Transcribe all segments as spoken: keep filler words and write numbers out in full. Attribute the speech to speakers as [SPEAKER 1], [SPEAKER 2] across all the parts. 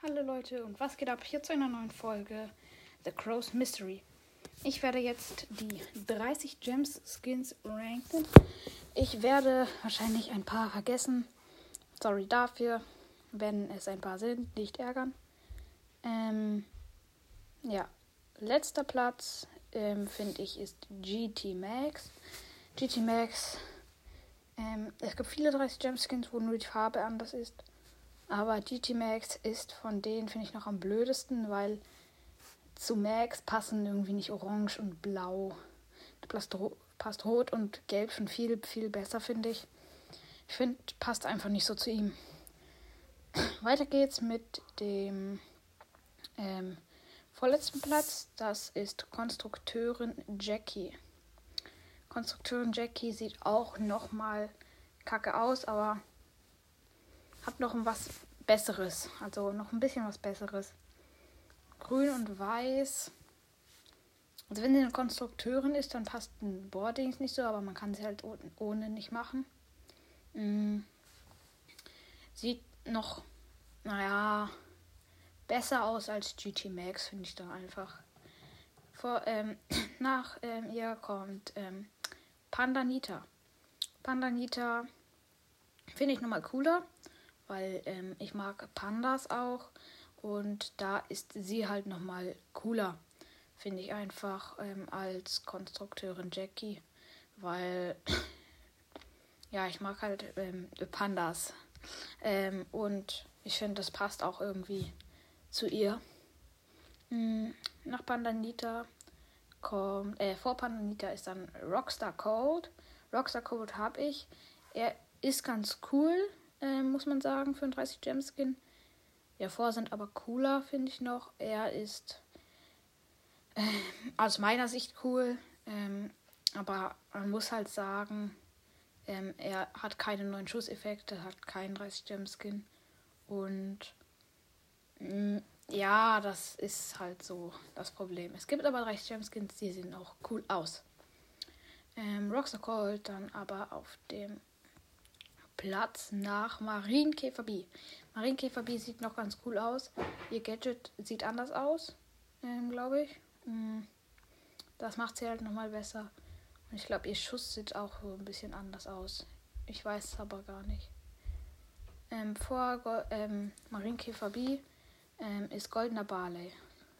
[SPEAKER 1] Hallo Leute und was geht ab? Hier zu einer neuen Folge The Crow's Mystery. Ich werde jetzt die dreißig Gems Skins ranken. Ich werde wahrscheinlich ein paar vergessen. Sorry dafür, wenn es ein paar sind, nicht ärgern. Ähm, ja, letzter Platz ähm, finde ich ist G T Max. G T Max, ähm, es gibt viele dreißig Gem Skins, wo nur die Farbe anders ist. Aber G T Max ist von denen, finde ich, noch am blödesten, weil zu Max passen irgendwie nicht Orange und Blau. Passt, passt Rot und Gelb schon viel, viel besser, finde ich. Ich finde, passt einfach nicht so zu ihm. Weiter geht's mit dem ähm, vorletzten Platz. Das ist Konstrukteurin Jackie. Konstrukteurin Jackie sieht auch nochmal kacke aus, aber hat noch was Besseres. Also noch ein bisschen was Besseres. Grün und Weiß. Also wenn sie eine Konstrukteurin ist, dann passt ein Boardings nicht so, aber man kann sie halt ohne nicht machen. Mhm. Sieht noch, naja, besser aus als G T Max, finde ich dann einfach. Vor, ähm, nach ähm, ihr kommt ähm, Pandanita. Pandanita finde ich nochmal cooler, weil ähm, ich mag Pandas auch und da ist sie halt nochmal cooler, finde ich einfach, ähm, als Konstrukteurin Jackie, weil ja, ich mag halt ähm, Pandas ähm, und ich finde, das passt auch irgendwie zu ihr. Hm, nach Pandanita kommt, äh, vor Pandanita ist dann Rockstar Cold. Rockstar Cold habe ich. Er ist ganz cool, äh, muss man sagen, für einen dreißig Gem Skin. Ja, vor sind aber cooler, finde ich noch. Er ist äh, aus meiner Sicht cool, ähm, aber man muss halt sagen, ähm, er hat keine neuen Schusseffekte, hat keinen dreißig Gem Skin und mh, ja, das ist halt so das Problem. Es gibt aber dreißig Gem Skins, die sehen auch cool aus. Ähm, Rockstar Cold dann aber auf dem Platz nach Marienkäfer B. Marienkäfer B sieht noch ganz cool aus. Ihr Gadget sieht anders aus, ähm, glaube ich. Das macht sie halt nochmal besser. Und ich glaube, ihr Schuss sieht auch so ein bisschen anders aus. Ich weiß es aber gar nicht. Ähm, vor Go- ähm, Marienkäfer B ähm, ist Goldener Barley.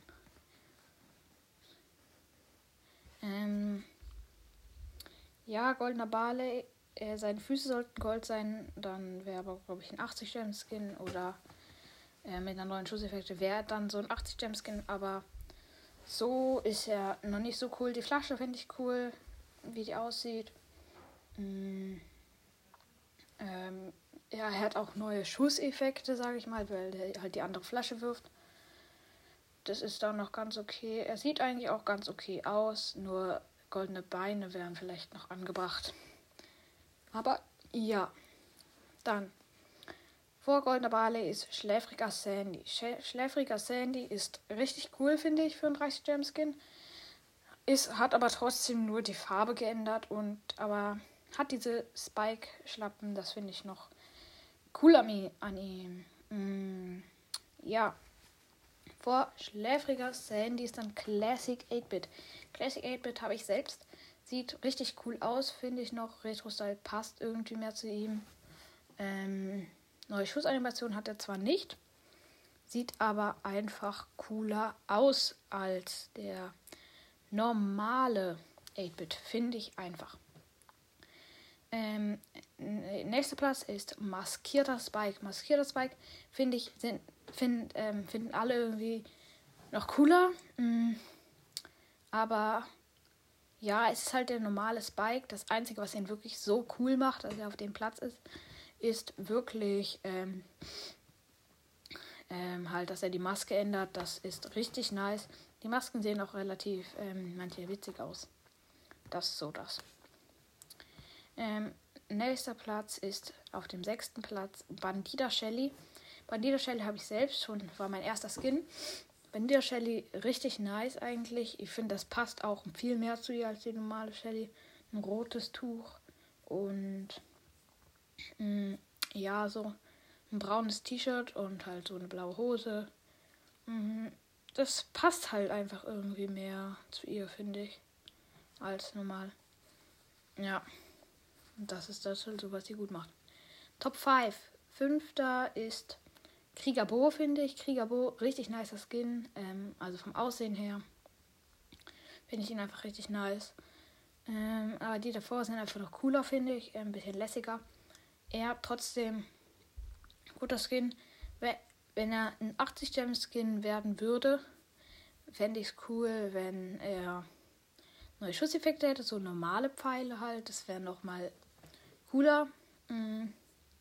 [SPEAKER 1] Ähm, ja, Goldener Barley. Äh, seine Füße sollten Gold sein. Dann wäre aber, glaube ich, ein achtzig Gem Skin oder äh, mit einer neuen Schusseffekte wäre dann so ein achtzig Gem Skin. Aber so ist er noch nicht so cool. Die Flasche finde ich cool, wie die aussieht. Mm, ähm, ja, er hat auch neue Schusseffekte, sage ich mal, weil er halt die andere Flasche wirft. Das ist dann noch ganz okay. Er sieht eigentlich auch ganz okay aus, nur goldene Beine wären vielleicht noch angebracht. Aber ja, dann. Vor Goldener Barley ist Schläfriger Sandy. Sch- Schläfriger Sandy ist richtig cool, finde ich, für einen dreißig Gem Skin. Ist, hat aber trotzdem nur die Farbe geändert und aber hat diese Spike-Schlappen, das finde ich noch cool an, an ihm. Mm, ja. Vor Schläfriger Sandy ist dann Classic acht Bit. Classic acht Bit habe ich selbst. Sieht richtig cool aus, finde ich noch. Retro-Style passt irgendwie mehr zu ihm. Ähm, neue Schussanimation hat er zwar nicht, sieht aber einfach cooler aus als der normale acht Bit, finde ich einfach. Ähm, nächster Platz ist Maskierter Spike. Maskierter Spike finde ich, sind, find, ähm, finden alle irgendwie noch cooler. Mm, aber ja, es ist halt der normale Spike. Das Einzige, was ihn wirklich so cool macht, dass er auf dem Platz ist, ist wirklich ähm, ähm, halt, dass er die Maske ändert. Das ist richtig nice. Die Masken sehen auch relativ ähm, manche witzig aus. Das ist so das. Ähm, nächster Platz ist auf dem sechsten Platz Bandita Shelly. Bandita Shelly habe ich selbst schon, war mein erster Skin. Bandita Shelly richtig nice eigentlich. Ich finde, das passt auch viel mehr zu ihr als die normale Shelly. Ein rotes Tuch und mh, ja, so ein braunes T-Shirt und halt so eine blaue Hose. Das passt halt einfach irgendwie mehr zu ihr, finde ich, als normal. Ja, und das ist das halt so, was sie gut macht. Top fünf. Fünfter ist Krieger Bo, finde ich. Krieger Bo, richtig nicer Skin. Ähm, also vom Aussehen her finde ich ihn einfach richtig nice. Ähm, aber die davor sind einfach noch cooler, finde ich. Ein bisschen lässiger. Er trotzdem guter Skin. Wenn er ein achtzig Gem Skin werden würde, fände ich es cool, wenn er neue Schusseffekte hätte. So normale Pfeile halt. Das wäre nochmal cooler. Mhm.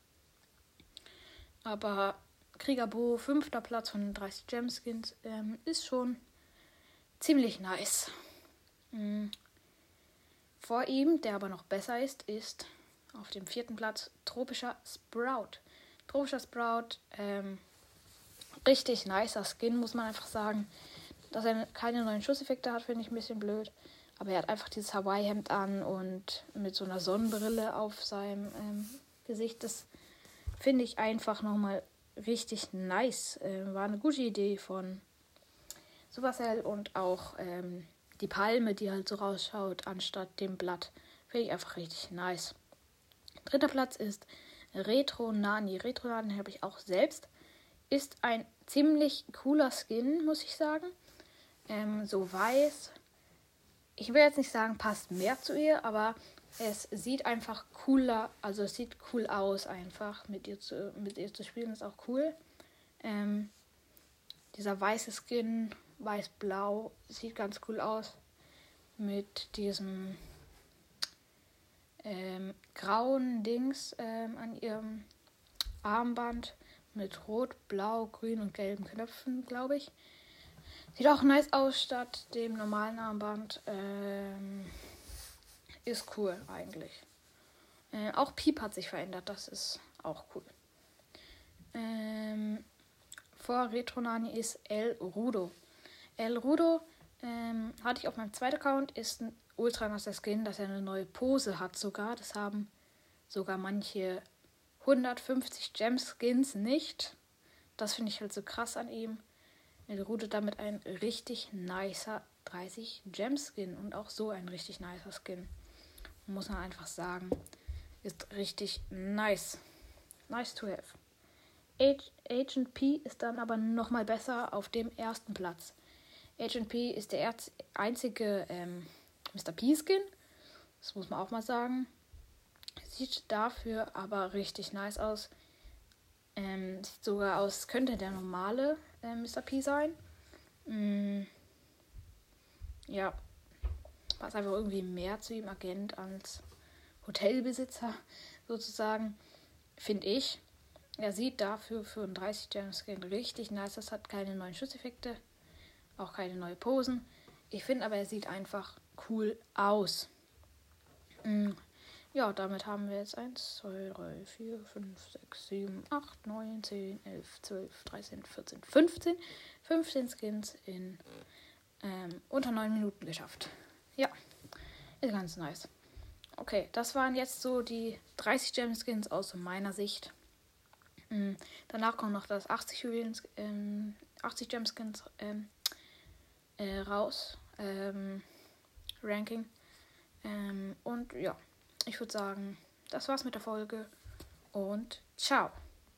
[SPEAKER 1] Aber Krieger Bo, fünfter Platz von den dreißig Gem Skins, ähm, ist schon ziemlich nice. Mhm. Vor ihm, der aber noch besser ist, ist auf dem vierten Platz Tropischer Sprout. Tropischer Sprout, ähm, richtig nicer Skin, muss man einfach sagen. Dass er keine neuen Schusseffekte hat, finde ich ein bisschen blöd. Aber er hat einfach dieses Hawaii-Hemd an und mit so einer Sonnenbrille auf seinem ähm, Gesicht. Das finde ich einfach nochmal richtig nice. Äh, war eine gute Idee von Supercell und auch ähm, die Palme, die halt so rausschaut, anstatt dem Blatt. Finde ich einfach richtig nice. Dritter Platz ist Retro Nani. Retro Nani habe ich auch selbst. Ist ein ziemlich cooler Skin, muss ich sagen. Ähm, so weiß. Ich will jetzt nicht sagen, passt mehr zu ihr, aber es sieht einfach cooler, also es sieht cool aus einfach. Mit ihr zu, mit ihr zu spielen ist auch cool. Ähm, dieser weiße Skin, weiß-blau, sieht ganz cool aus. Mit diesem ähm, grauen Dings ähm, an ihrem Armband. Mit rot, blau, grün und gelben Knöpfen, glaube ich. Sieht auch nice aus statt dem normalen Armband. Ähm, ist cool eigentlich. Äh, auch Piep hat sich verändert. Das ist auch cool. Ähm, vor Retronani ist El Rudo. El Rudo ähm, hatte ich auf meinem zweiten Account. Ist ein ultra nasser Skin, dass er eine neue Pose hat sogar. Das haben sogar manche hundertfünfzig Gem Skins nicht. Das finde ich halt so krass an ihm. El Rudo damit ein richtig nicer dreißig Gem Skin und auch so ein richtig nicer Skin. Muss man einfach sagen. Ist richtig nice. Nice to have. Agent P ist dann aber nochmal besser auf dem ersten Platz. Agent P ist der einzige ähm, Mister P Skin. Das muss man auch mal sagen. Sieht dafür aber richtig nice aus. Ähm, sieht sogar aus, könnte der normale äh, Mister P sein. Mm, ja. Passt einfach irgendwie mehr zu ihm Agent als Hotelbesitzer sozusagen. Finde ich. Er sieht dafür für einen dreißig Gem Skin richtig nice. Das hat keine neuen Schusseffekte. Auch keine neuen Posen. Ich finde aber, er sieht einfach cool aus. Mm. Ja, damit haben wir jetzt eins, zwei, drei, vier, fünf, sechs, sieben, acht, neun, zehn, elf, zwölf, dreizehn, vierzehn, fünfzehn. fünfzehn Skins in ähm, unter neun Minuten geschafft. Ja, ist ganz nice. Okay, das waren jetzt so die dreißig Gem Skins aus meiner Sicht. Mhm. Danach kommt noch das achtzig, ähm, achtzig Gem Skins ähm, äh, raus. Ähm, Ranking. Ähm, und ja. Ich würde sagen, das war's mit der Folge und ciao.